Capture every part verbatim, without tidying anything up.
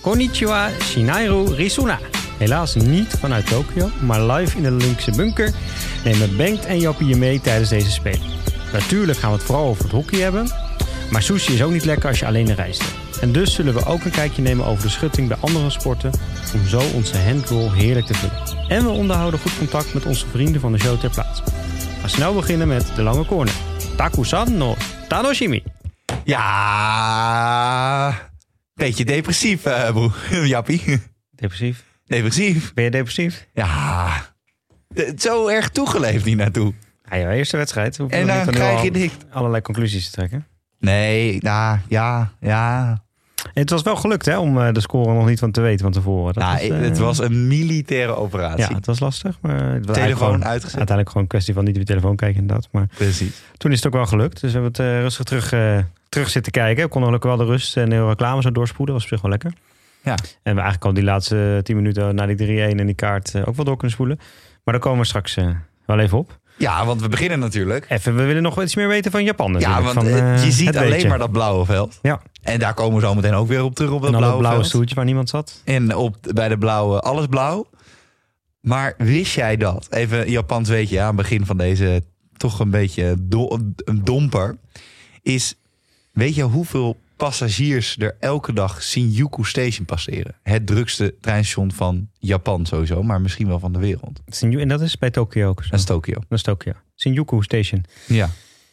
Konnichiwa Shinairu Risuna. Helaas niet vanuit Tokio, maar live in de Olympische bunker nemen Bengt en Jappie je mee tijdens deze Spelen. Natuurlijk gaan we het vooral over het hockey hebben, maar sushi is ook niet lekker als je alleen reist. En dus zullen we ook een kijkje nemen over de schutting bij andere sporten, om zo onze handroll heerlijk te vullen. En we onderhouden goed contact met onze vrienden van de show ter plaatse. We gaan snel beginnen met de lange corner. Taku-san no Tanoshimi. Ja, beetje depressief, uh, boe. Jappie. Depressief? Depressief. Ben je depressief? Ja, zo erg toegeleefd hier naartoe. Ja, je eerste wedstrijd. Hoef je en dan krijg je dit. Allerlei conclusies te trekken. Nee, nou, ja, ja. En het was wel gelukt hè, om de score nog niet van te weten van tevoren. Dat nou, was, uh... het was een militaire operatie. Ja, het was lastig. Maar het was telefoon gewoon, uitgezet. Uiteindelijk gewoon een kwestie van niet op je telefoon kijken inderdaad. Maar precies. Toen is het ook wel gelukt. Dus we hebben het uh, rustig terug, uh, terug zitten kijken. We konden gelukkig wel de rust en de reclame zo doorspoelen. Dat was op zich wel lekker. Ja. En we eigenlijk al die laatste tien minuten na die drie-een en die kaart uh, ook wel door kunnen spoelen. Maar daar komen we straks uh, wel even op. Ja, want we beginnen natuurlijk. Even, we willen nog iets meer weten van Japan natuurlijk. Ja, want van, uh, je ziet alleen beetje. maar dat blauwe veld. Ja. En daar komen we zo meteen ook weer op terug op dat en blauwe, blauwe veld. stoeltje waar niemand zat. En op, bij de blauwe alles blauw. Maar wist jij dat? Even Japans weet je, aan het begin van deze toch een beetje do, een domper. Is, weet je hoeveel passagiers er elke dag Shinjuku Station passeren? Het drukste treinstation van Japan sowieso, maar misschien wel van de wereld. En dat is bij Tokio ook zo? Dat is Tokio. Dat is Tokio. Shinjuku Station. Ja.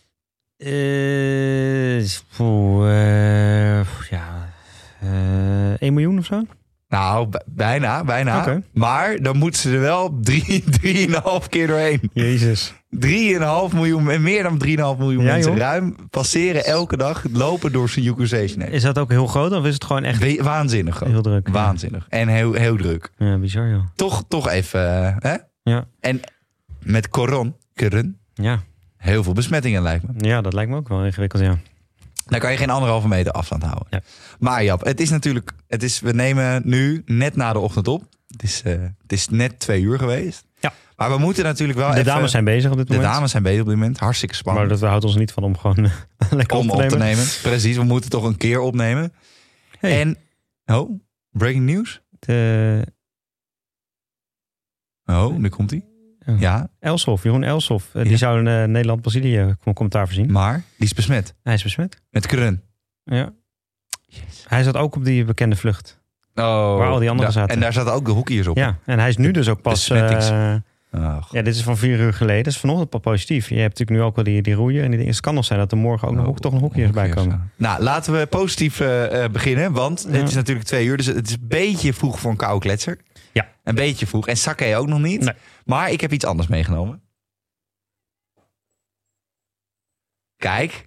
Uh, poeh, uh, ja, uh, één miljoen of zo? Nou, b- bijna, bijna. Okay. Maar dan moeten ze er wel drie, drieënhalf keer doorheen. Jezus. drieënhalf miljoen, en meer dan drieënhalf miljoen ja, mensen joh. ruim passeren elke dag, lopen door Shinjuku Station. Is dat ook heel groot of is het gewoon echt... We- waanzinnig groot. Heel druk. Waanzinnig. Ja. En heel, heel druk. Ja, bizar joh. Toch, toch even, uh, hè? Ja. En met coron, curren, ja. heel veel besmettingen lijkt me. Ja, dat lijkt me ook wel ingewikkeld, ja. Dan kan je geen anderhalve meter afstand houden. Ja. Maar Jap, het is natuurlijk, het is, we nemen nu net na de ochtend op. Het is, uh, het is net twee uur geweest. Ja. Maar we moeten natuurlijk wel De even... dames zijn bezig op dit de moment. De dames zijn bezig op dit moment. Hartstikke spannend. Maar dat houdt ons niet van om gewoon uh, lekker om op te, op te nemen. nemen. Precies, we moeten toch een keer opnemen. Hey. En, oh, breaking news. De... Oh, nu komt hij. Oh. Ja. Elshoff, Jeroen Elshoff. Uh, ja. Die zou in uh, Nederland-Brazilië commentaar voorzien. Maar, die is besmet. Hij is besmet. Met krun. Ja. Yes. Hij zat ook op die bekende vlucht. Oh, waar al die anderen da- zaten. En daar zaten ook de hockeyers op. Ja, en hij is nu dus ook pas... Besmettings. Uh, oh, ja, dit is van vier uur geleden. Dat is vanochtend pas positief. Je hebt natuurlijk nu ook wel die, die roeien en die dingen. Het kan nog zijn dat er morgen ook nog, oh, toch nog hockeyers bij komen. Nou, laten we positief uh, beginnen. Want ja. het is natuurlijk twee uur. Dus het is een beetje vroeg voor een koude kletser. Ja. Een beetje vroeg. En sake ook nog niet. Nee. Maar ik heb iets anders meegenomen. Kijk.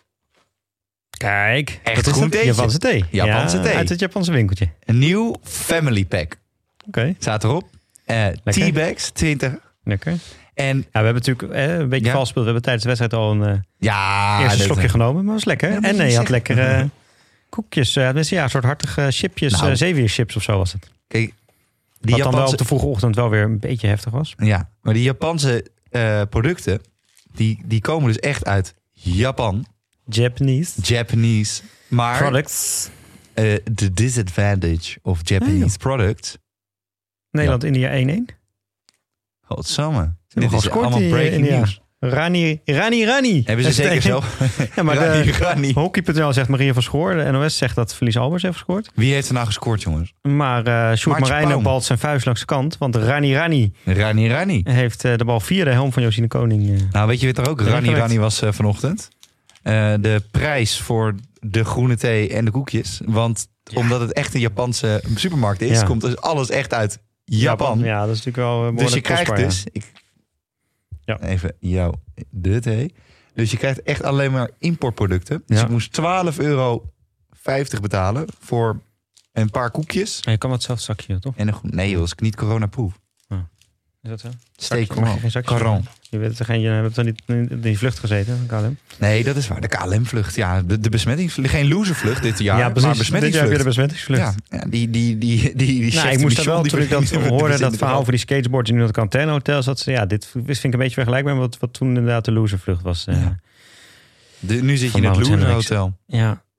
Kijk. Echt dat een goed is Japanse thee. Japanse ja, thee. Uit het Japanse winkeltje. Een nieuw family pack. Oké. Okay. Staat erop. Uh, teabags, twintig. Lekker. En ja, we hebben natuurlijk eh, een beetje ja. vals gespeeld. We hebben tijdens de wedstrijd al een uh, ja, eerste slokje uh, genomen. Maar dat was lekker. Ja, en nee, je had lekkere uh, koekjes. Uh, dus ja, een soort hartige chipjes. Nou, uh, zeewierchips of zo was het. Kijk, die Wat Japanse... dan wel op de vroege ochtend wel weer een beetje heftig was. Ja, maar die Japanse uh, producten, die, die komen dus echt uit Japan. Japanese. Japanese. Maar products. Uh, the disadvantage of Japanese hey, products. Nederland-India één-één. Godsamme. Dit is allemaal breaking news. Rani, Rani, Rani. Hebben ze zeker zo? Ja, maar Rani, Rani. Hockey punt n l zegt Maria van Schoor. De N O S zegt dat Felice Albers heeft gescoord. Wie heeft er nou gescoord, jongens? Maar uh, Sjoerd Marijnen balt zijn vuist langs de kant. Want Rani, Rani. Rani, Rani. Heeft uh, de bal via de helm van Josine Koning. Uh, nou, weet je wat er ook Rani, Rani was uh, vanochtend? Uh, de prijs voor de groene thee en de koekjes. Want ja. omdat het echt een Japanse supermarkt is, ja. komt dus alles echt uit Japan. Japan. Ja, dat is natuurlijk wel uh, dus je krijgt kostbaar, dus... Ja. Ik, ja. Even jou de thee. Dus je krijgt echt alleen maar importproducten. Dus ja. ik moest twaalf euro vijftig betalen voor een paar koekjes. Ja, je kan wat zelf zakje, toch? En een groen... Nee joh, is ik niet coronaproof. Oh. Is dat zo? Steek geen Coron. Je weet er geen, je hebt toch niet in die vlucht gezeten, K L M? Nee, dat is waar. De K L M-vlucht. Ja, de, de besmettingsvlucht. Geen loservlucht dit jaar, ja, precies. maar besmettingsvlucht. Dit jaar heb je de besmettingsvlucht. Ja, ja die, die, die, die, die nou, ik moest wel, toen ik dat hoorde, dat verhaal over die skateboards in het Quarantaine zat ze, ja, dit vind ik een beetje vergelijkbaar met wat, wat toen inderdaad de loservlucht was. Uh, ja. de, nu zit je in het loserhotel. Ja.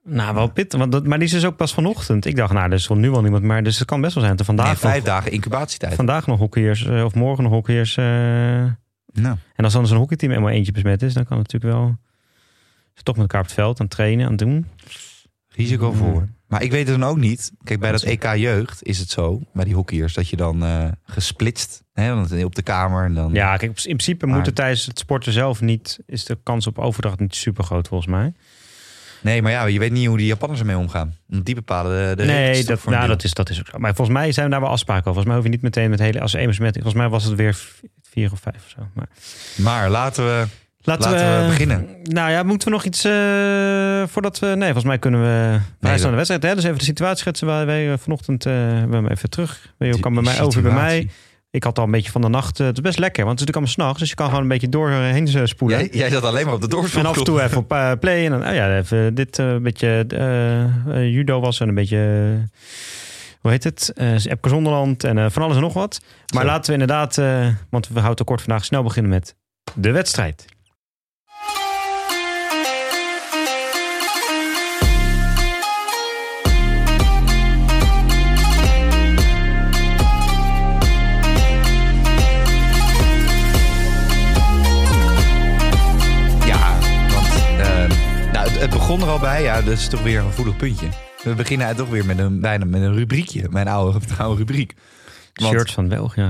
Nou, wel pittig. Want dat, maar die is dus ook pas vanochtend. Ik dacht, nou, er is wel nu al niemand. Maar dus het kan best wel zijn dat er vandaag Nee, vijf nog, dagen incubatietijd. vandaag nog hockeyers uh, of morgen nog hockeyers. Uh, Nou. En als dan zo'n hockeyteam eenmaal eentje besmet is, dan kan het natuurlijk wel... Ze toch met elkaar op het veld aan het trainen, aan het doen. Risico voor. Mm. Maar ik weet het dan ook niet. Kijk, bij dat E K jeugd is het zo, bij die hockeyers, dat je dan uh, gesplitst, hè, want op de kamer. En dan... Ja, kijk, in principe Maar- moet er tijdens het sporten zelf niet... is de kans op overdracht niet super groot volgens mij. Nee, maar ja, je weet niet hoe die Japanners ermee omgaan. Want die bepalen de, de regels nee, toch dat, voor een nou, deel. dat, is, dat is ook zo. Maar volgens mij zijn daar wel afspraken over. Volgens mij hoef je niet meteen met hele... Als er één besmet is, volgens mij was het weer v- vier of vijf of zo. Maar Maar laten we... laten, Laten we beginnen. Nou ja, moeten we nog iets... Uh, voordat we... Nee, volgens mij kunnen we... Wij dat- staan aan de wedstrijd. Hè? Dus even de situatie schetsen. Wij, wij uh, vanochtend... Uh, we hebben hem even terug. Je Die kan bij mij over bij mij. situatie. Ik had al een beetje van de nacht... Uh, het is best lekker, want het is natuurlijk allemaal s'nachts. Dus je kan gewoon een beetje doorheen uh, spoelen. Jij, jij zat alleen maar op de doorspoel. En af en toe even op uh, play. En dan, oh ja, even dit uh, een beetje uh, uh, judo was en een beetje... Uh, hoe heet het? Uh, Epke Zonderland en uh, van alles en nog wat. Maar Zo. laten we inderdaad... Uh, want we houden kort vandaag snel beginnen met de wedstrijd. Ja, want uh, nou, het, het begon er al bij. Ja, dat is toch weer een gevoelig puntje. We beginnen toch weer met een, bijna met een rubriekje. Mijn oude, oude rubriek. Want- Shirts van België.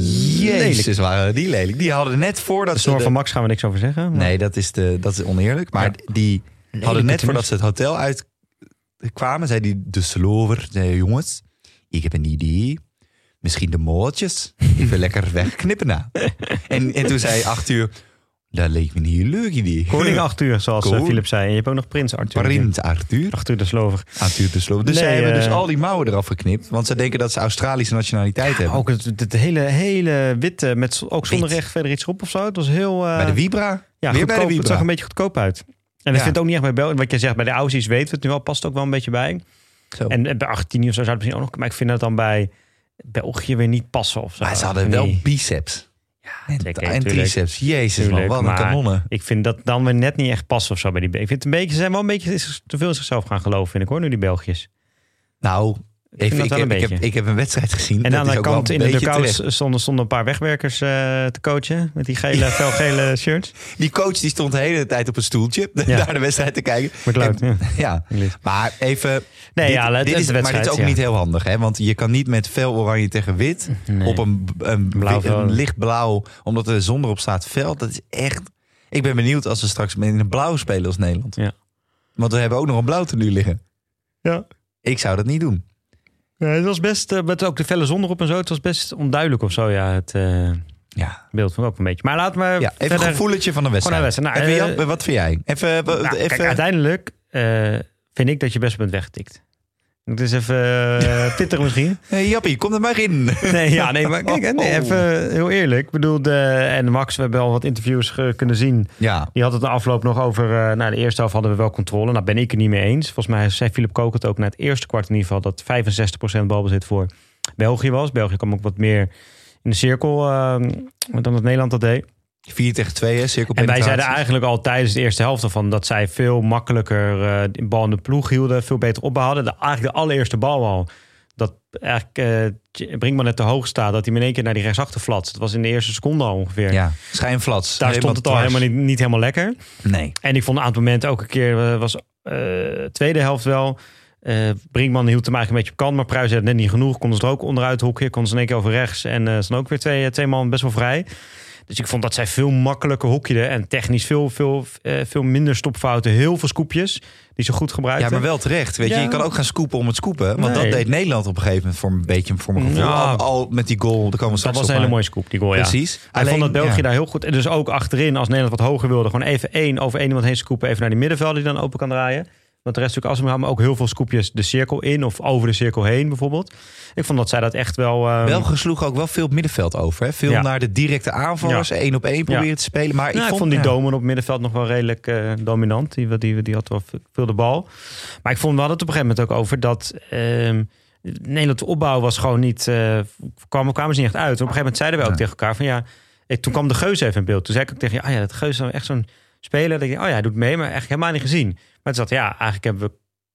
Jezus, waren die lelijk. Die hadden net voordat De ze... snor de- van Max gaan we niks over zeggen. Maar Nee, dat is, de, dat is oneerlijk. Maar Ja. die hadden Lelijke net tennis. voordat ze het hotel uitkwamen... zei die de slover, zei jongens, ik heb een idee. Misschien de mootjes. Even lekker wegknippen na. en, en toen zei Arthur, dat leek me een heel leuk idee. Koning Arthur, zoals Cool. uh, Philip zei. En je hebt ook nog Prins Arthur. Prins Arthur. Arthur de Slover. Arthur de slover. Dus Nee, zij hebben eh, dus al die mouwen eraf geknipt. Want ze denken dat ze Australische nationaliteit hebben. Ook het, het hele, hele witte, met ook zonder Wit. echt verder iets erop of zo. Het was heel... Uh, Bij de Vibra. Ja, Weer bij de goedkoop. Het Vibra. zag een beetje goedkoop uit. En ik Ja. vind het ook niet echt bij België. Wat je zegt, bij de Aussies weten we het nu wel, past ook wel een beetje bij. Zo. En eh, bij Argentinië of zo zou het misschien ook nog... Maar ik vind dat dan bij België weer niet passen of zo. Maar ze hadden wel Nee. biceps. En, zeker, en tuurlijk. triceps. Jezus Tuurlijk, man, wat een maar kanonnen. Ik vind dat dan weer net niet echt passen of zo bij die... Ik vind het een beetje... Ze zijn wel een beetje is te veel in zichzelf gaan geloven, vind ik hoor, nu die Belgiërs. Nou, vind even, dat ik, wel heb, een ik, heb, beetje. ik heb een wedstrijd gezien. En dat aan is de ook wel kant een in de beetje dugout terecht. stonden, stonden een paar wegwerkers uh, te coachen. Met die gele, felgele shirts. Die coach die stond de hele tijd op een stoeltje Ja. naar de wedstrijd te kijken. McLeod, En- ja. ja. Maar even... Nee, dit, ja, het dit is is, de maar dit is wedstrijd, ook ja. niet heel handig. Hè? Want je kan niet met fel oranje tegen wit Nee. op een, een, Blauw een, veld. lichtblauw, omdat er de zon erop staat, veld. Dat is echt... Ik ben benieuwd als we straks in een blauw spelen als Nederland. Ja. Want we hebben ook nog een blauw tenue liggen. Ja. Ik zou dat niet doen. Ja, het was best, uh, met ook de felle zon erop en zo. Het was best onduidelijk of zo, ja. Het uh, Ja. beeld vond ik ook een beetje. Maar laten we Ja, even verder... een gevoeletje van de wedstrijd. Gewoon een wedstrijd. Nou, even, eh, Jan, wat vind jij? Even, Nou, even kijk, uiteindelijk uh, vind ik dat je best bent weggetikt. Het is even uh, pittig misschien. Hey, Jappie, kom er maar in. Nee, ja, nee, maar kijk, nee, even heel eerlijk. Ik bedoel, de, en Max, we hebben al wat interviews ge, kunnen zien. Ja, Die had het de afloop nog over... Uh, nou, de eerste helft hadden we wel controle. Nou, ben ik het niet mee eens. Volgens mij zei Philip Kook het ook na het eerste kwart in ieder geval... dat vijfenzestig procent balbezit voor België was. België kwam ook wat meer in de cirkel uh, dan dat Nederland dat deed. vier tegen twee, hè, En wij cirkelpenetratie. zeiden eigenlijk al tijdens de eerste helft van dat zij veel makkelijker uh, de bal in de ploeg hielden, veel beter opbouw hadden. De, eigenlijk de allereerste bal al. Dat eigenlijk uh, Brinkman net te hoog staat, dat hij in één keer naar die rechtsachter flatst. Dat was in de eerste seconde al ongeveer. Ja, schijnflats. Daar stond het al helemaal niet, niet helemaal lekker. Nee. En ik vond een aantal momenten ook een keer, uh, was uh, tweede helft wel. Uh, Brinkman hield hem eigenlijk een beetje op kant, maar Pruijs had net niet genoeg. Konden ze er ook onderuit hoeken, konden ze in één keer over rechts. En uh, staan ook weer twee, twee man best wel vrij. Dus ik vond dat zij veel makkelijker hockeyden en technisch veel, veel, uh, veel minder stopfouten. Heel veel scoepjes die ze goed gebruikten. Ja, maar wel terecht. Weet Ja. je, je kan ook gaan scoopen om het scoopen. Want Nee. dat deed Nederland op een gegeven moment voor een beetje voor mijn gevoel. Ja. Al, al met die goal, daar komen we dat straks was op. een hele maar- mooie scoop, die goal. Ja. Precies. Ik Alleen, vond dat België ja. daar heel goed. En dus ook achterin, als Nederland wat hoger wilde, gewoon even één over één iemand heen scoopen, even naar die middenveld die dan open kan draaien. Want de rest natuurlijk, als we maar ook heel veel scoopjes de cirkel in of over de cirkel heen bijvoorbeeld. Ik vond dat zij dat echt wel. Um... België sloeg ook wel veel het middenveld over. Hè? Veel Ja. naar de directe aanvallers. Ja. één op één proberen Ja. te spelen. Maar Nou, ik ik vond, vond die ja. Domen op het middenveld nog wel redelijk uh, dominant. Die, die, die had wel veel de bal. Maar ik vond, we hadden het op een gegeven moment ook over dat um, Nederland opbouw was gewoon niet, uh, kwamen, kwamen ze niet echt uit. En op een gegeven moment zeiden we ook Ja. tegen elkaar van ja, ik, toen kwam de Geus even in beeld. Toen zei ik ook tegen je, ah ja, dat Geus is echt zo'n speler. Dat ik, oh ja, hij doet mee, maar eigenlijk helemaal niet gezien. Maar toen zat ja, eigenlijk hebben we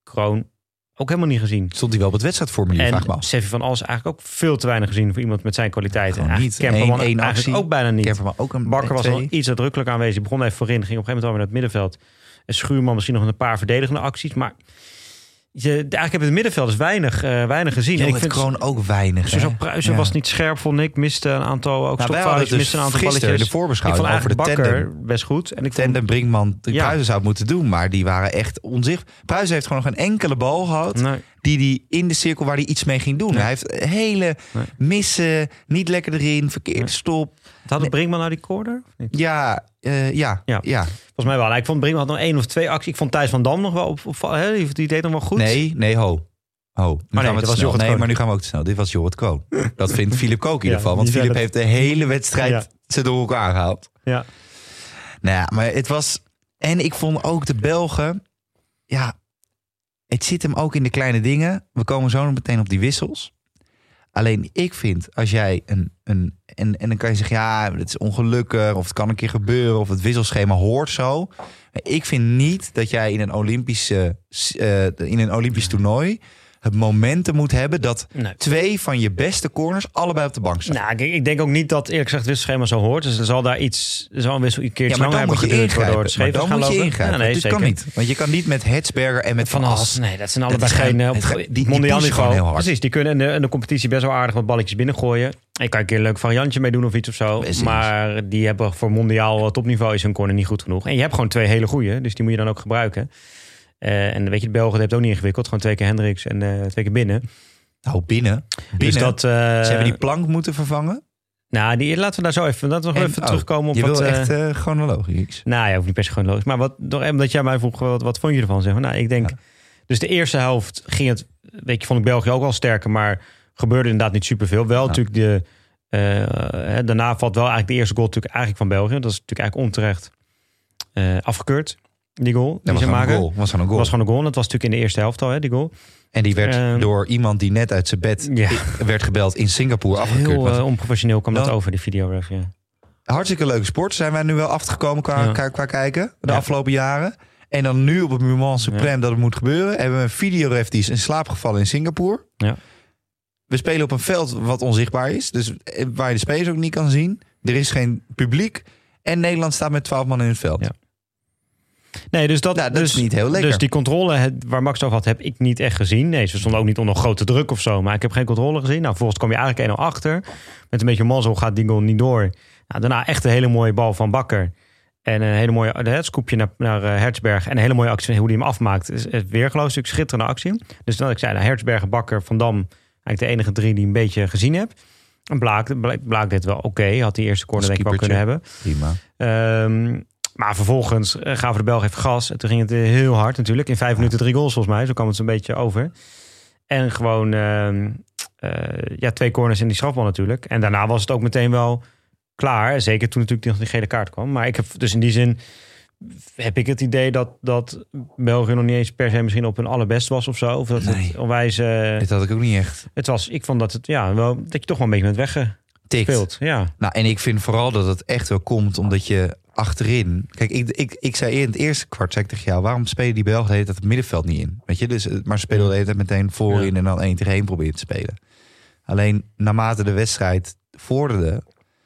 Kroon ook helemaal niet gezien. Stond hij wel op het wedstrijdformulier, vraag me En af. Seffi van As eigenlijk ook veel te weinig gezien voor iemand met zijn kwaliteiten. Gewoon niet. Kemperman Eén- één eigenlijk actie. ook bijna niet. Kemperman ook een Bakker was twee. al iets nadrukkelijk aanwezig. Begon even voorin, ging op een gegeven moment alweer naar het middenveld. En Schuurman misschien nog een paar verdedigende acties. Maar je, eigenlijk heb ik het middenveld dus weinig, uh, weinig gezien. Jo, en ik het vind Kroon ook weinig. Zo hè? Pruisen Ja. was niet scherp, vond ik. Miste een aantal, ook Nou, wij hadden stopfoutjes, dus miste een aantal gisteren balletjes. de voorbeschouwing ik vond over de eigenlijk Bakker tandem. best goed. En ik vond, Tandem, Brinkman, de Ja. Pruisen zou het moeten doen. Maar die waren echt onzichtbaar. Pruisen heeft gewoon nog geen enkele bal gehad. nee, Die hij in de cirkel waar hij iets mee ging doen. Nee. Hij heeft hele Nee. missen, niet lekker erin, verkeerde Nee. stop. had het Brinkman nou die corner? Of niet? Ja, uh, ja, Ja. ja, Volgens mij wel. Nou, ik vond Brinkman had nog één of twee acties. Ik vond Thijs van Dam nog wel op, op hè, die, die deed nog wel goed. Nee, nee, ho. Ho. Nu nee, gaan we dat te was snel. Jorrit Nee, Kroon. maar nu gaan we ook te snel. Dit was Jorrit Kroon. Dat vindt Philip Kook in ieder Ja, geval. Want die Philip zei heeft de hele wedstrijd Ja. ze door elkaar gehaald. Ja. Nou ja, maar het was... En ik vond ook de Belgen... Ja, het zit hem ook in de kleine dingen. We komen zo nog meteen op die wissels. Alleen ik vind, als jij een... een en, en dan kan je zeggen, ja, het is ongelukkig... of het kan een keer gebeuren, of het wisselschema hoort zo. Maar ik vind niet dat jij in een Olympische, uh, in een Olympisch toernooi... het momentum moet hebben dat Nee. twee van je beste corners allebei op de bank staan. Nou, kijk, ik denk ook niet dat eerlijk gezegd het wisselschema zo hoort. Dus er zal daar iets, er zal een wissel een keer Ja, maar dan moet je ingrijpen. door het Maar scheef dan gaan moet je lopen. ingrijpen. Ja, nee, Dit zeker. kan niet. Want je kan niet met Hetsberger en met Van Van As, As. nee, dat zijn Dat allebei is geen geen- op het gaat- die- die mondiaal pushen gewoon niveau. heel hard. Precies, die kunnen in de, in de competitie best wel aardig wat balletjes binnengooien. Ik kan een keer een leuk variantje mee doen of iets of zo. Precies. Maar die hebben voor mondiaal topniveau is hun corner niet goed genoeg. En je hebt gewoon twee hele goeie, dus die moet je dan ook gebruiken. Uh, en weet je, de Belgen heeft het ook niet ingewikkeld. Gewoon twee keer Hendricks en uh, twee keer binnen. Nou, binnen. binnen. Dus dat, uh, Ze hebben die plank moeten vervangen. Nou, die, laten we daar zo even, laten we nog En, even oh, terugkomen op je wat... wil uh, echt uh, chronologisch. Nou ja, hoeft niet per se chronologisch. Maar wat, door, omdat jij mij vroeg, wat, wat vond je ervan? Zeg maar. Nou, ik denk, ja. Dus de eerste helft ging het, weet je, vond ik België ook wel sterker, maar gebeurde inderdaad niet superveel. Wel ja. natuurlijk de, uh, daarna valt wel eigenlijk de eerste goal natuurlijk eigenlijk van België. Dat is natuurlijk eigenlijk onterecht uh, afgekeurd, die goal. Die dat was, ze gewoon maken. Goal. was gewoon een goal. was gewoon een goal. Dat was natuurlijk in de eerste helft al, hè, die goal. En die werd uh, door iemand die net uit zijn bed ja. werd gebeld in Singapore afgekeurd. Heel uh, onprofessioneel kwam dan, dat over, die videoref. Ja. Hartstikke leuke sport. Zijn wij nu wel afgekomen qua, ja. qua, qua kijken de ja. afgelopen jaren. En dan nu op het moment suprême ja. dat het moet gebeuren. Hebben we een videoref die is in slaap gevallen in Singapore. Ja. We spelen op een veld wat onzichtbaar is. Dus waar je de spelers ook niet kan zien. Er is geen publiek. En Nederland staat met twaalf man in het veld. Ja. Nee, dus dat, nou, dat dus, is niet heel lekker. Dus die controle het, waar Max over had, heb ik niet echt gezien. Nee, ze stonden ook niet onder grote druk of zo. Maar ik heb geen controle gezien. Nou, volgens kom je eigenlijk één nul achter. Met een beetje mazzel gaat die goal niet door. Nou, daarna echt een hele mooie bal van Bakker. En een hele mooie het scoopje naar, naar uh, Hertzberg. En een hele mooie actie van hoe hij hem afmaakt. Het is weer geloof ik schitterende actie. Dus dan ik zei, nou, Hertzberg, Bakker, Van Dam. Eigenlijk de enige drie die een beetje gezien heb. En Blaak, Blaak, Blaak deed wel oké. Okay. Had die eerste corner denk ik wel kunnen hebben. Prima. Um, Maar vervolgens uh, gaven de Belgen even gas. En toen ging het uh, heel hard natuurlijk. In vijf ja. minuten drie goals volgens mij. Zo kwam het een beetje over. En gewoon uh, uh, ja, twee corners in die strafbal natuurlijk. En daarna was het ook meteen wel klaar. Zeker toen natuurlijk nog die gele kaart kwam. Maar ik heb dus in die zin heb ik het idee dat, dat België nog niet eens per se misschien op hun allerbest was of zo. Of dat nee. het onwijs... Uh, Dit had ik ook niet echt. Het was, ik vond dat het, ja, wel, dat je toch wel een beetje met weggespeeld. Ja. Nou, en ik vind vooral dat het echt wel komt omdat je achterin... Kijk, ik, ik, ik zei in het eerste kwart, zei ik tegen jou... waarom spelen die Belgen de hele tijd het middenveld niet in? Weet je, dus, maar ze spelen de hele tijd meteen voorin... Ja. en dan één tegen één proberen te spelen. Alleen, naarmate de wedstrijd vorderde...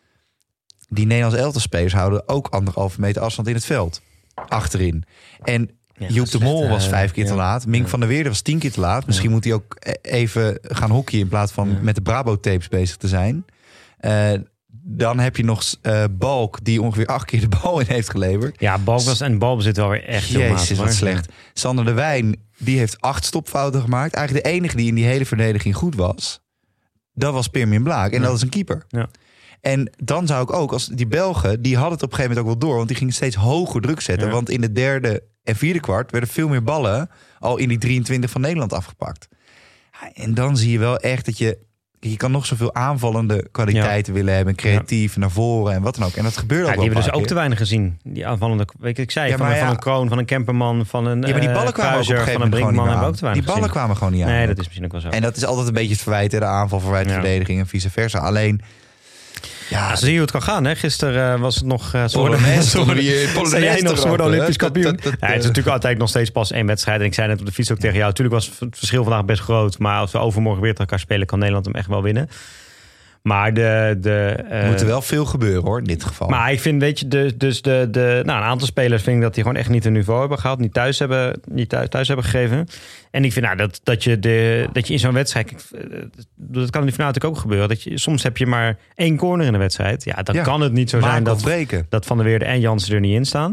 die Nederlandse elftalspelers houden ook anderhalve meter afstand in het veld. Achterin. En ja, Joep de Mol was vijf keer ja. te laat. Mink ja. van der Weerde was tien keer te laat. Misschien ja. moet hij ook even gaan hockeyen... in plaats van ja. met de Brabo-tapes bezig te zijn... Uh, dan heb je nog uh, Balk, die ongeveer acht keer de bal in heeft geleverd. Ja, Balk was en balbezit wel weer echt heel Jezus, wat slecht. Ja. Sander de Wijn, die heeft acht stopfouten gemaakt. Eigenlijk de enige die in die hele verdediging goed was. Dat was Pirmin Blaak. En ja. dat is een keeper. Ja. En dan zou ik ook, als die Belgen, die hadden het op een gegeven moment ook wel door. Want die gingen steeds hoger druk zetten. Ja. Want in de derde en vierde kwart werden veel meer ballen al in die drieëntwintig van Nederland afgepakt. Ja, en dan zie je wel echt dat je... Je kan nog zoveel aanvallende kwaliteiten ja. willen hebben. Creatief, ja. naar voren en wat dan ook. En dat gebeurt ja, ook wel. Die hebben dus keer. ook te weinig gezien. Die aanvallende, weet je, ik zei, ja, van, ja. van een Kroon, van een Kemperman, van een Ja, maar die ballen kwamen Kruiser, ook op een van gegeven een moment Brinkman. ook te weinig Die ballen gezien. kwamen gewoon niet aan. Nee, dat is misschien ook wel zo. En dat is altijd een beetje het verwijt. De aanval, verwijt, ja. verdediging en vice versa. Alleen... Ja, ja, zo zie je hoe het kan gaan. Hè? Gisteren uh, was het nog... Uh, Polonaise. Zei jij nog, ze worden Olympisch kampioen. Ja, het is natuurlijk altijd nog steeds pas één wedstrijd. En ik zei net op de fiets ook tegen jou. Natuurlijk was het verschil vandaag best groot. Maar als we overmorgen weer tegen elkaar spelen, kan Nederland hem echt wel winnen. Maar de... de uh, er moet er wel veel gebeuren hoor, in dit geval. Maar ik vind, weet je, de, dus de, de, nou, een aantal spelers vind ik dat die gewoon echt niet een niveau hebben gehaald. Niet thuis hebben, niet thuis, thuis hebben gegeven. En ik vind nou, dat, dat, je de, dat je in zo'n wedstrijd... Dat kan in de finale natuurlijk ook gebeuren. Dat je, soms heb je maar één corner in de wedstrijd. Ja, dan ja, kan het niet zo zijn dat, dat Van der Weerde en Jansen er niet in staan.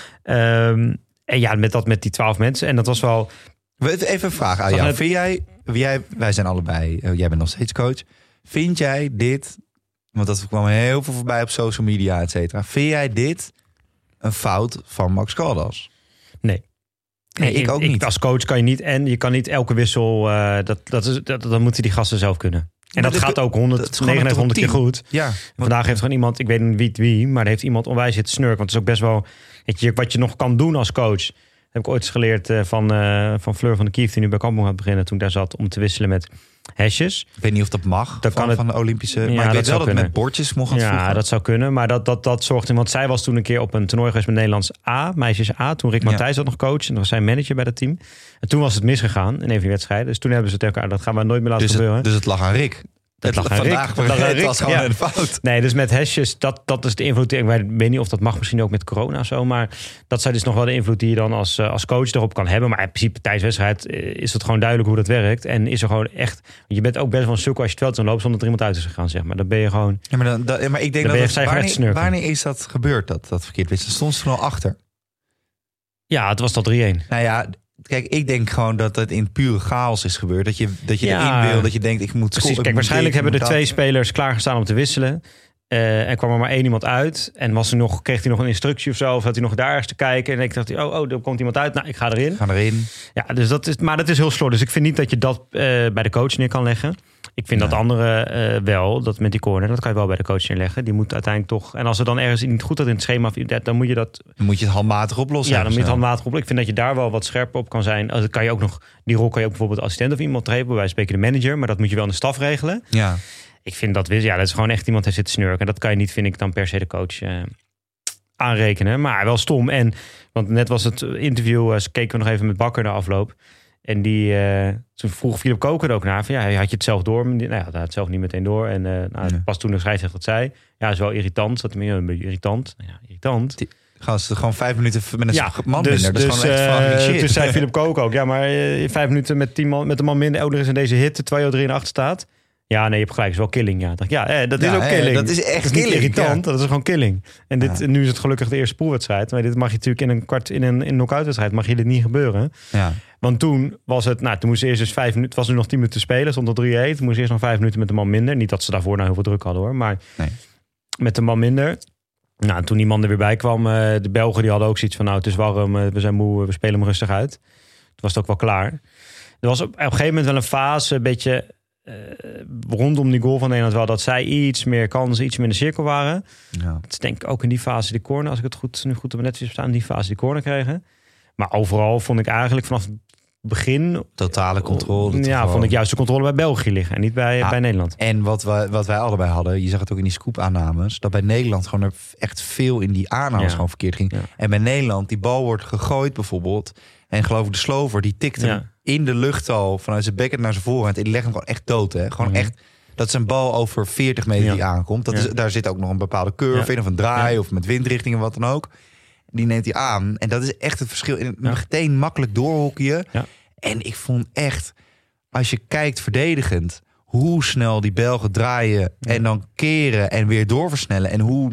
Um, en ja, met dat met die twaalf mensen. En dat was wel... Even een vraag aan jou. Het... Vind jij, jij... Wij zijn allebei... Uh, jij bent nog steeds coach. Vind jij dit... Want dat kwam heel veel voorbij op social media, et cetera. Vind jij dit een fout van Max Caldas? Nee. Nee, ik, ik ook ik, niet. Als coach kan je niet... En je kan niet elke wissel... Uh, dat, dat is, dat, dan moeten die gasten zelf kunnen. En maar dat dit, gaat ook honderdnegenennegentig, honderd keer goed. Ja, vandaag heeft gewoon iemand... Ik weet niet wie het wie, maar er heeft iemand onwijs zitten snurken. Want het is ook best wel... Weet je, wat je nog kan doen als coach... Heb ik ooit eens geleerd uh, van, uh, van Fleur van de Kief... die nu bij Kampong gaat beginnen... toen ik daar zat om te wisselen met hesjes. Ik weet niet of dat mag dat van, kan het, van de Olympische... Ja, maar ik weet wel dat kunnen. met bordjes mocht het Ja, vroeger. dat zou kunnen. Maar dat, dat, dat zorgt in... Want zij was toen een keer op een toernooi geweest met Nederlands A. Meisjes A. Toen Rick Matthijs ja. dat nog coach. En dat was zijn manager bij dat team. En toen was het misgegaan in een van die wedstrijden. Dus toen hebben ze tegen elkaar... Dat gaan we nooit meer laten dus gebeuren. Het, dus het lag aan Rick. Het lag aan Vandaag Rick. Het Rick. was gewoon ja. een fout. Nee, dus met hesjes, dat, dat is de invloed. Ik weet niet of dat mag, misschien ook met corona of zo. Maar dat zijn dus nog wel de invloed die je dan als, als coach erop kan hebben. Maar in principe tijdens wedstrijd is het gewoon duidelijk hoe dat werkt. En is er gewoon echt... Je bent ook best wel een sukkel als je het veld zo loopt zonder dat er iemand uit is gegaan, zeg maar. Dan ben je gewoon... Ja, maar, dan, dan, maar ik denk dat... Het, wanneer, wanneer is dat gebeurd, dat, dat verkeerd wist? Stond ze er al achter? Ja, het was tot drie-één. Nou ja... Kijk, ik denk gewoon dat het in pure chaos is gebeurd. Dat je, dat je ja, erin wil, dat je denkt, ik moet... Precies, kijk, waarschijnlijk hebben er twee dat. spelers klaargestaan om te wisselen. Uh, en kwam er maar één iemand uit. En was er nog, kreeg hij nog een instructie of zo? Of had hij nog daar ergens te kijken? En ik dacht, oh, oh, er komt iemand uit. Nou, ik ga erin. Ga erin. Ja, dus dat is, maar dat is heel slordig. Dus ik vind niet dat je dat uh, bij de coach neer kan leggen. Ik vind nee. dat andere uh, wel, dat met die corner, dat kan je wel bij de coach neerleggen. Die moet uiteindelijk toch... En als er dan ergens niet goed dat in het schema... Dan moet je dat... Dan moet je het handmatig oplossen. Ja, dan moet je het handmatig oplossen. Ik vind dat je daar wel wat scherper op kan zijn. Dan kan je ook nog... Die rol kan je ook bijvoorbeeld assistent of iemand geven. Bij wijze van spreken de manager. Maar dat moet je wel in de staf regelen. Ja. Ik vind dat... Ja, dat is gewoon echt iemand die zit te snurken. En dat kan je niet, vind ik, dan per se de coach uh, aanrekenen. Maar wel stom. En, want net was het interview... Uh, keken we nog even met Bakker de afloop. En die, uh, toen vroeg Philip Koker er ook naar. Van, ja, had je het zelf door? Nou ja, hij had het zelf niet meteen door. En uh, nou, nee. pas toen de scheidsrechter dat zei. Ja, is wel irritant. Zat meer een beetje irritant. Ja, irritant. Die, gast, gewoon vijf minuten met een ja, man dus, minder. Dat dus, is gewoon echt uh, shit. Toen zei Philip Koker ook. Ja, maar uh, vijf minuten met, tien man, met een man minder. Ook nog eens in deze hit. Terwijl je er in achter staat. Ja, nee, je hebt gelijk. Het is wel killing. Ja, dacht, ja eh, dat is ja, ook killing. Eh, dat is echt dat is killing. Niet irritant. Ja. Dat is gewoon killing. En dit, ja. nu is het gelukkig de eerste poolwedstrijd. Maar dit mag je natuurlijk in een kwart in een, in een knock-out wedstrijd mag je dit niet gebeuren. Ja. Want toen was het, nou, toen moest eerst dus vijf minuten, was er nog tien minuten te spelen, stond er drie-één. Toen moest eerst nog vijf minuten met de man minder. Niet dat ze daarvoor nou heel veel druk hadden hoor, maar nee. met de man minder. Nou, toen die man er weer bij kwam, uh, de Belgen die hadden ook zoiets van, nou, het is warm, uh, we zijn moe, we spelen hem rustig uit. Toen was het ook wel klaar. Er was op, op een gegeven moment wel een fase, een beetje uh, rondom die goal van Nederland wel, dat zij iets meer kansen, iets meer in de cirkel waren. Ja. Dat is denk ik ook in die fase die corner, als ik het goed, nu goed op mijn netvlies heb staan, in die fase die corner kregen. Maar overal vond ik eigenlijk vanaf het begin... Totale controle. Ja, gewoon. Vond ik juist de controle bij België liggen en niet bij, ja, bij Nederland. En wat wij, wat wij allebei hadden, je zag het ook in die scoop-aannames, dat bij Nederland gewoon er echt veel in die aannames ja. gewoon verkeerd ging. Ja. En bij Nederland, die bal wordt gegooid bijvoorbeeld. En geloof ik, de Slover, die tikt hem ja. in de lucht al vanuit zijn backhand naar zijn voorhand. En die legt hem gewoon echt dood. Hè? Gewoon mm-hmm. echt, dat is een bal over veertig meter ja. die aankomt. Dat ja. is, daar zit ook nog een bepaalde curve ja. in, of een draai, ja. of met windrichting en wat dan ook. Die neemt hij aan. En dat is echt het verschil. In ja. meteen makkelijk doorhockeyen. Ja. En ik vond echt, als je kijkt verdedigend, hoe snel die Belgen draaien ja. en dan keren en weer doorversnellen. En hoe...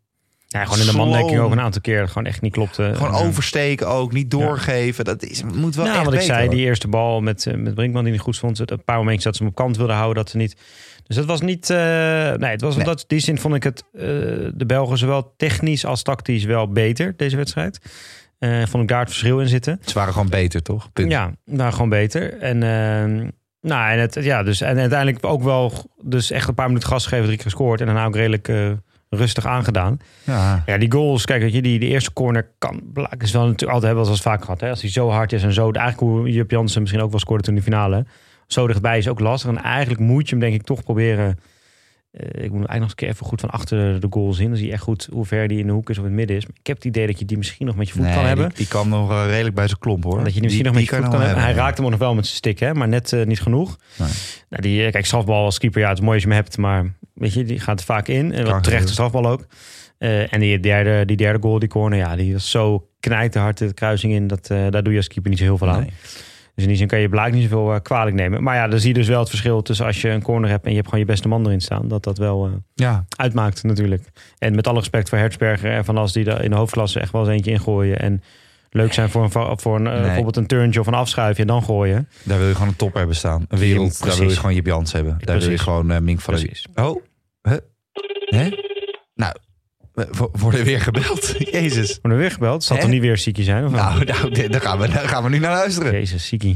Ja, gewoon in de mandekking ook een aantal keer gewoon echt niet klopte. Gewoon en, oversteken ook, niet doorgeven. Ja. Dat is, moet wel nou, echt wat beter, ik zei, hoor. Die eerste bal met, met Brinkman die niet goed stond. Een paar momentjes dat ze hem op kant wilden houden, dat ze niet... Dus het was niet... Uh, nee, het was, nee. Dat, die zin vond ik het uh, de Belgen zowel technisch als tactisch wel beter, deze wedstrijd. Uh, vond ik daar het verschil in zitten. Ze waren gewoon beter, toch? Punt. Ja, waren gewoon beter. En, uh, nou, en, het, ja, dus, en uiteindelijk ook wel dus echt een paar minuten gas gegeven, drie keer gescoord. En daarna ook redelijk uh, rustig aangedaan. Ja. ja, die goals, kijk, weet je, die, die eerste corner kan... is wel natuurlijk altijd hebben we het vaak gehad. Hè? Als hij zo hard is en zo... Eigenlijk hoe Jupp Jansen misschien ook wel scoorde toen in de finale. Zo dichtbij is ook lastig. En eigenlijk moet je hem denk ik toch proberen Uh, ik moet eigenlijk nog eens een keer even goed van achter de goal zien. Dan zie je echt goed hoe ver die in de hoek is of in het midden is. Maar ik heb het idee dat je die misschien nog met je voet nee, kan hebben. Die, die kan nog uh, redelijk bij zijn klomp, hoor. Dat je die misschien die, nog met je voet kan, kan hebben. hebben. Hij raakt hem nog wel met zijn stick, hè, maar net uh, niet genoeg. Nee. Nou, die, kijk, strafbal als keeper, ja, het is mooi als je hem hebt. Maar weet je, die gaat er vaak in. En wat terechte strafbal ook. Uh, en die derde, die derde goal, die corner, ja, die was zo knijterhard de kruising in. Dat, uh, daar doe je als keeper niet zo heel veel aan. Nee. Dus in die zin kan je Blaak niet zoveel uh, kwalijk nemen. Maar ja, dan zie je dus wel het verschil tussen als je een corner hebt en je hebt gewoon je beste man erin staan. Dat dat wel uh, ja. uitmaakt natuurlijk. En met alle respect voor Hertzberger en Van As die er in de hoofdklasse echt wel eens eentje ingooien. En leuk zijn voor, een, voor een, uh, nee. bijvoorbeeld een turntje of een afschuifje en dan gooien. Daar wil je gewoon een top hebben staan. Een wereld, ja, daar wil je gewoon je Jans hebben. Daar Precies. wil je gewoon uh, Mink van de... Oh, huh? Hè? Nou... We worden weer gebeld. Jezus. Worden we weer gebeld? Zal het toch niet weer Siki zijn? Of nou, nou daar, gaan we, daar gaan we nu naar luisteren. Jezus, Siki.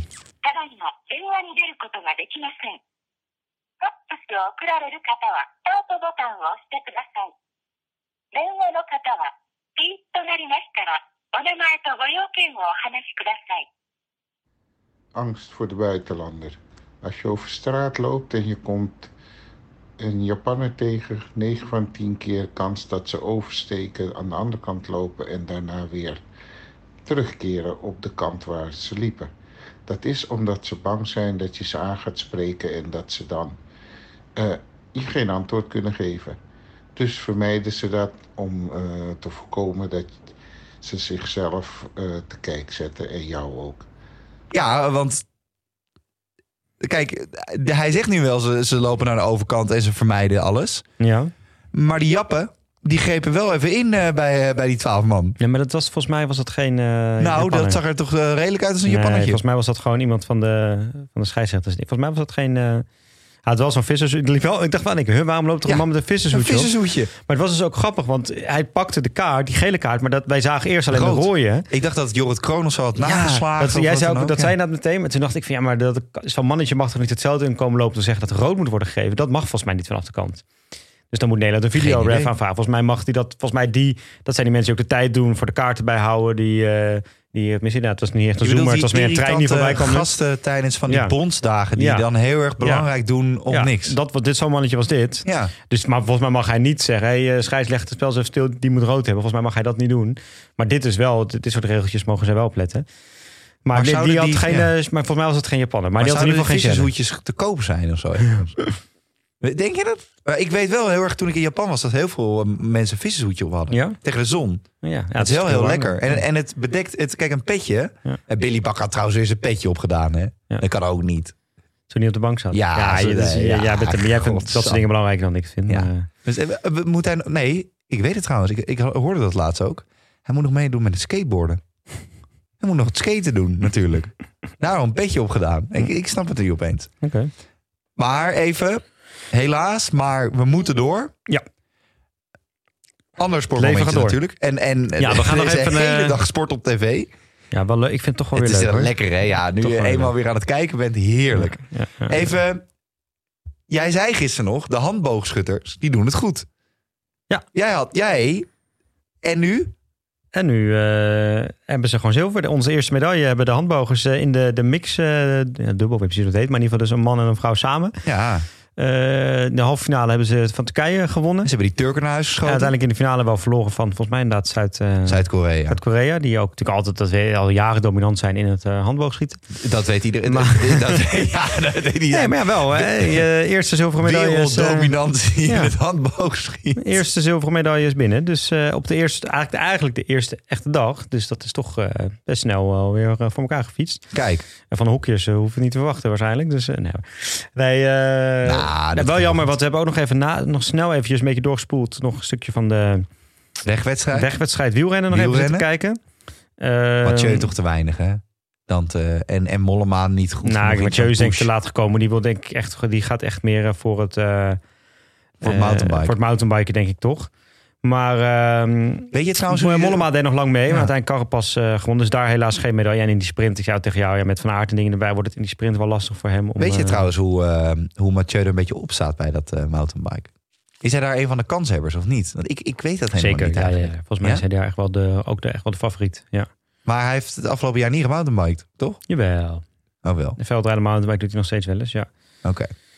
Angst voor de buitenlander. Als je over straat loopt en je komt een Japanner tegen, negen van tien keer kans dat ze oversteken, aan de andere kant lopen en daarna weer terugkeren op de kant waar ze liepen. Dat is omdat ze bang zijn dat je ze aan gaat spreken en dat ze dan uh, je geen antwoord kunnen geven. Dus vermijden ze dat om uh, te voorkomen dat ze zichzelf uh, te kijk zetten en jou ook. Ja, want kijk, hij zegt nu wel, ze, ze lopen naar de overkant en ze vermijden alles. Ja. Maar die Jappen, die grepen wel even in uh, bij, uh, bij die twaalf man. Ja, maar dat was, volgens mij was dat geen uh, Nou, Japanner. Dat zag er toch uh, redelijk uit als een nee, Japannetje. Volgens mij was dat gewoon iemand van de, van de scheidsrechters. Volgens mij was dat geen... Uh, hij had wel zo'n vissershoedje. Ik dacht van, ik, waarom loopt er ja, een man met een vissershoedje Een vissershoedje. Maar het was dus ook grappig, want hij pakte de kaart, die gele kaart, maar dat, wij zagen eerst alleen Rood. de rode. Ik dacht dat Jorrit Kronos zo had nageslagen. Ja, dat, jij zei ook, ook, dat ja. zei je dat meteen. Maar toen dacht ik van, ja, maar dat zo'n mannetje mag toch niet hetzelfde in komen lopen te zeggen dat rood moet worden gegeven. Dat mag volgens mij niet vanaf de kant. Dus dan moet Nederland een videoref aanvragen. Volgens mij mag die dat, volgens mij die, dat zijn die mensen die ook de tijd doen voor de kaarten bijhouden, die... Uh, Die, misschien, nou, het was niet echt een zoemer, het was meer een trein die voorbij kwam. Gasten tijdens van die ja. bondsdagen die ja. dan heel erg belangrijk ja. doen om ja, niks. Dat, wat, dit zo'n mannetje was dit. Ja. Dus, maar volgens mij mag hij niet zeggen, hey, scheids, leg het spel zo even stil, die moet rood hebben. Volgens mij mag hij dat niet doen. Maar dit is wel, dit soort regeltjes mogen zij wel opletten. Maar, maar, die, die had die, geen, ja. maar volgens mij was het geen Japanner. Maar, maar die had in ieder geval geen vissershoedjes te koop zijn of zo. Denk je dat? Maar ik weet wel heel erg toen ik in Japan was dat heel veel mensen vissershoedje op hadden. Ja? Tegen de zon. Ja, ja, het is heel, heel lekker. En, en het bedekt, het, kijk, een petje. Ja. Billy Bak had trouwens weer zijn petje opgedaan. Hè? Ja. Dat kan ook niet. Toen hij op de bank zat. Ja, ja, zo, je, dus, ja, ja bent, jij vindt dat soort dingen belangrijker dan ik vind. Ja. Uh. Dus, uh, moet hij, nee, ik weet het trouwens. Ik, ik hoorde dat laatst ook. Hij moet nog meedoen met het skateboarden. Hij moet nog het skaten doen, natuurlijk. Daarom een petje opgedaan. Ik, ik snap het nu opeens. Oké. Okay. Maar even... Helaas, maar we moeten door. Ja. Ander sportmomentje natuurlijk. En, en ja, we gaan nog even de hele uh... dag sport op tv. Ja, wel leuk. Ik vind het toch wel het weer leuk. Het is lekker, hè? Ja, nu je eenmaal weer aan het kijken bent, heerlijk. Ja, ja, ja, even, jij zei gisteren nog, de handboogschutters, die doen het goed. Ja. Jij had, jij, en nu? En nu uh, hebben ze gewoon zilver. Onze eerste medaille hebben de handbogers uh, in de, de mix, uh, ja, dubbel, ik weet precies wat het heet, maar in ieder geval dus een man en een vrouw samen. Ja. Uh, de halve finale hebben ze van Turkije gewonnen. Ze hebben die Turken naar huis geschoten. Ja, uiteindelijk in de finale wel verloren van volgens mij inderdaad Zuid, uh, Zuid-Korea. Zuid-Korea. Die ook natuurlijk altijd dat we al jaren dominant zijn in het uh, handboogschieten. Dat weet iedereen. Maar, dat, ja, dat weet iedereen. Nee, maar ja, wel. Hè. Je eerste zilveren medaille is... Werelddominantie uh, ja. in het handboogschieten. Eerste zilveren medaille is binnen. Dus uh, op de eerste, eigenlijk, eigenlijk de eerste echte dag. Dus dat is toch uh, best snel alweer uh, voor elkaar gefietst. Kijk. En van de hoekjes uh, hoeven we niet te verwachten waarschijnlijk. Dus uh, nee. wij, uh, nah, nou, wel jammer. Want we hebben ook nog even na, nog snel eventjes een beetje doorgespoeld. Nog een stukje van de wegwedstrijd, wegwedstrijd wielrennen nog wielrennen. even zitten kijken. Uh, Mathieu toch te weinig, hè? Dan te, en, en Mollema niet goed. Nou, Mathieu is denk ik te laat gekomen. Die wil denk ik echt, die gaat echt meer voor het, uh, voor het mountainbiken. Uh, voor het mountainbiken, denk ik toch. Maar uh, weet je trouwens, Mollema deed nog lang mee, ja. maar uiteindelijk Carapaz uh, gewonnen. Dus daar helaas geen medaille. En in die sprint, ik zou tegen jou, ja, met Van Aert en dingen erbij, wordt het in die sprint wel lastig voor hem. Om, weet je uh, trouwens hoe, uh, hoe Mathieu er een beetje op staat bij dat uh, mountainbike? Is hij daar een van de kanshebbers of niet? Want ik, ik weet dat helemaal Zeker, niet. Zeker, ja, ja. Volgens mij ja? is hij daar echt wel de, ook de, echt wel de favoriet. Ja. Maar hij heeft het afgelopen jaar niet gemountainbiked, toch? Jawel. Oh wel. De veldrijden mountainbike doet hij nog steeds wel eens, ja. Oké. Okay.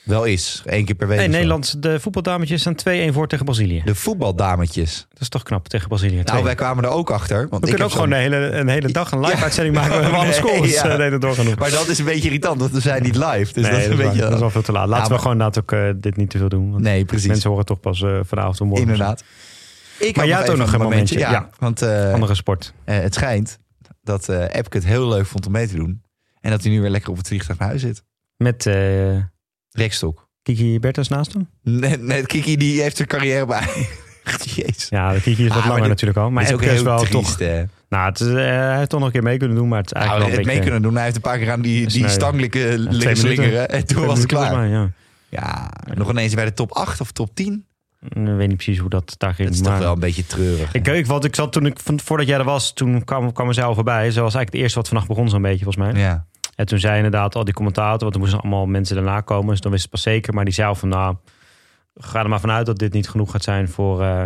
wel is. Eén keer per week. Nee, Nederland, de voetbaldametjes staan twee-een voor tegen Brazilië. De voetbaldametjes. Dat is toch knap tegen Brazilië. Nou, wij kwamen er ook achter. Want we ik kunnen ook gewoon een hele, een hele dag een live-uitzending ja. maken. We hebben alle scores ja. uh, nee, doorgenoemd. Maar dat is een beetje irritant, want we zijn niet live. Dus nee, dat, is een dat, beetje, dat is wel veel te laat. Laten ja, maar... we gewoon inderdaad ook uh, dit niet te veel doen. Want nee, precies. Mensen horen toch pas uh, vanavond of morgen. Inderdaad. Ik maar jij had ook nog een momentje. momentje. Ja, ja. Want, uh, andere sport. Uh, het schijnt dat uh, Epke het heel leuk vond om mee te doen. En dat hij nu weer lekker op het vliegtuig naar huis zit. Met uh, rekstok. Kiki Bertens naast hem? Nee, nee, Kiki die heeft zijn carrière bij. Jezus. Ja, de Kiki is wat ah, langer dit, natuurlijk al. Maar is ook heel is wel triest, toch. Hè? Nou, het is, uh, hij heeft toch nog een keer mee kunnen doen, maar het is eigenlijk nou, wel een het beetje... mee kunnen doen. Hij heeft een paar keer aan die, die stang liggen ja, slingeren. En toen was het klaar. Maar, ja. Ja, nog ineens bij de top acht of top tien. Ik weet niet precies hoe dat daar ging. Het is maar... toch wel een beetje treurig. Ik, ik, wat ik zat toen ik, voordat jij er was, toen kwam, kwam er zelf voorbij. Zo was eigenlijk het eerste wat vannacht begon zo'n beetje, volgens mij. Ja. En toen zei inderdaad al die commentator, want er moesten allemaal mensen daarna komen. Dus dan wist het pas zeker. Maar die zei van, nou, ga er maar vanuit dat dit niet genoeg gaat zijn voor uh,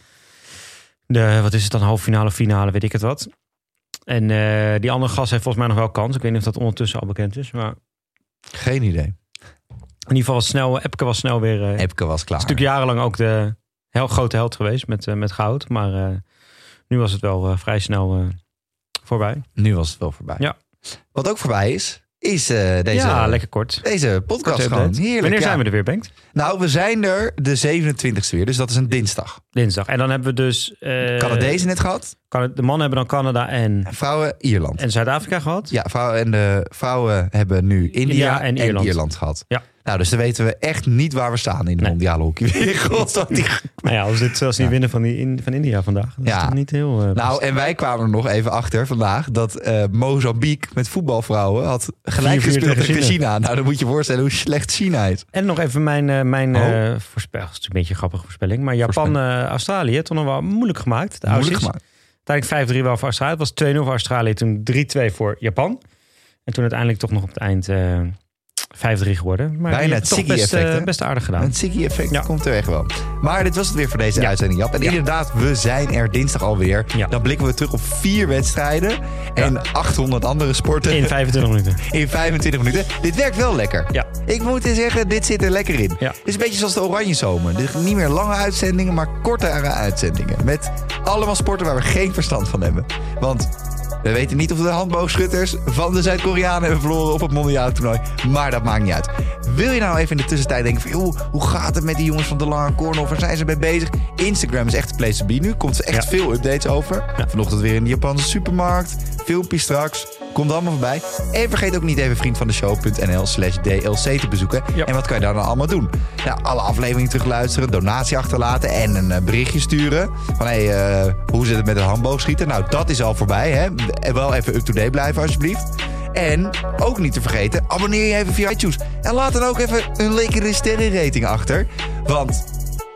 de, wat is het dan, halve finale, finale, weet ik het wat. En uh, die andere gast heeft volgens mij nog wel kans. Ik weet niet of dat ondertussen al bekend is, maar... Geen idee. In ieder geval was snel, Epke was snel weer... Uh, Epke was klaar. Is natuurlijk jarenlang ook de heel grote held geweest met, uh, met goud. Maar uh, nu was het wel uh, vrij snel uh, voorbij. Nu was het wel voorbij. Ja. Wat ook voorbij is, is uh, deze... Ja, lekker kort. Deze podcast kort gewoon. Heerlijk. Wanneer ja. zijn we er weer, Bengt? Nou, we zijn er de zevenentwintigste weer. Dus dat is een dinsdag. Dinsdag. En dan hebben we dus... Uh, Canadezen net gehad. De mannen hebben dan Canada en... en vrouwen Ierland. En Zuid-Afrika gehad. Ja, vrouwen en de vrouwen hebben nu India, India en, en Ierland. Ierland gehad. Ja. Nou, dus dan weten we echt niet waar we staan in de nee. mondiale hockeywereld. Nou ja, als dit als die ja. winnen van, die in, van India vandaag. Dat ja. is toch niet heel... Uh, nou, en wij kwamen er nog even achter vandaag dat uh, Mozambique met voetbalvrouwen had gelijk gespeeld tegen China. China. Nou, dan moet je je voorstellen hoe slecht China is. En nog even mijn, uh, mijn oh. uh, voorspel. Dat is een beetje een grappige voorspelling. Maar Japan-Australië, uh, toch nog wel moeilijk gemaakt. De moeilijk gemaakt. Uiteindelijk vijf drie wel voor Australië. Het was twee nul voor Australië, toen drie twee voor Japan. En toen uiteindelijk toch nog op het eind... Uh, vijf drie geworden. Maar bijna het Ziggy-effect. Uh, best aardig gedaan. Het Ziggy-effect ja. komt er echt wel. Maar dit was het weer voor deze ja. uitzending, Jap. En ja. inderdaad, we zijn er dinsdag alweer. Ja. Dan blikken we terug op vier wedstrijden. Ja. En achthonderd andere sporten. In vijfentwintig minuten. In vijfentwintig minuten. Dit werkt wel lekker. Ja. Ik moet zeggen, dit zit er lekker in. Ja. Het is een beetje zoals de Oranje Zomer. Dit niet meer lange uitzendingen, maar kortere uitzendingen. Met allemaal sporten waar we geen verstand van hebben. Want... we weten niet of de handboogschutters van de Zuid-Koreanen hebben verloren op het mondiale toernooi. Maar dat maakt niet uit. Wil je nou even in de tussentijd denken van... joh, hoe gaat het met die jongens van de Lange Corner? Waar zijn ze mee bezig? Instagram is echt de place to be. Nu komt er echt ja. veel updates over. Ja. Vanochtend weer in de Japanse supermarkt. Filmpjes straks. Komt allemaal voorbij. En vergeet ook niet even vriendvandeshow.nl slash DLC te bezoeken. Ja. En wat kan je daar nou allemaal doen? Nou, alle afleveringen terugluisteren. Donatie achterlaten. En een uh, berichtje sturen. Van hé, hey, uh, hoe zit het met het handboogschieten? Nou, dat is al voorbij, hè. En wel even up-to-date blijven, alsjeblieft. En ook niet te vergeten, abonneer je even via iTunes. En laat dan ook even een lekkere sterrenrating achter. Want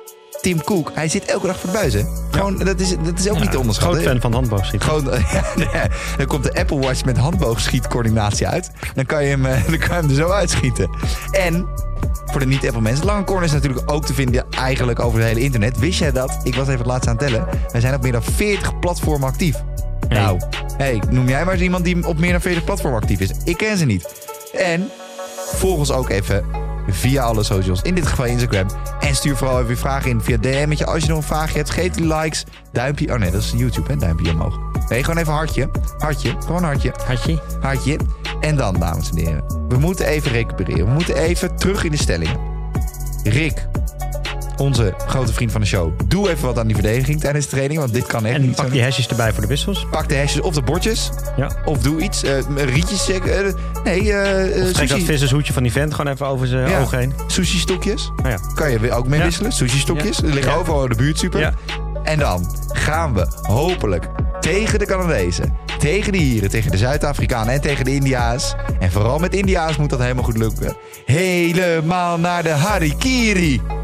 Tim Cook, hij zit elke dag voor de buis, hè? Gewoon, ja. dat, is, dat is ook ja, niet te onderschatten. Groot fan van handboogschieten. Gewoon, ja, nee, dan komt de Apple Watch met handboogschietcoördinatie uit. Dan kan je hem, dan kan je hem er zo uitschieten. En... voor de niet-Apple mensen. Lange Corner is natuurlijk ook te vinden eigenlijk over het hele internet. Wist jij dat? Ik was even het laatst aan het tellen. Wij zijn op meer dan veertig platformen actief. Hey. Nou, hey, noem jij maar eens iemand die op meer dan veertig platformen actief is. Ik ken ze niet. En volg ons ook even via alle socials. In dit geval Instagram. En stuur vooral even je vragen in via D M'tje. Als je nog een vraagje hebt, geef die likes. Duimpje. Oh nee, dat is YouTube, hè? Duimpje omhoog. Nee, gewoon even hartje. Hartje. Gewoon hartje. Hartje. Hartje. En dan, dames en heren. We moeten even recupereren. We moeten even terug in de stellingen. Rick, onze grote vriend van de show. Doe even wat aan die verdediging tijdens de training. Want dit kan echt en niet. En pak die hashjes erbij voor de wissels. Pak de hashjes of de bordjes. Ja. Of doe iets. Uh, rietjes. Uh, nee, uh, of trek dat vissershoedje van die vent gewoon even over zijn ja. ogen heen. Sushi stokjes. Oh ja. Kan je ook mee ja. wisselen. Sushi stokjes. Ja. Er liggen ja. overal in de buurt super. Ja. En dan gaan we hopelijk tegen de Canadezen, tegen de Ieren, tegen de Zuid-Afrikanen en tegen de India's. En vooral met India's moet dat helemaal goed lukken. Helemaal naar de harikiri.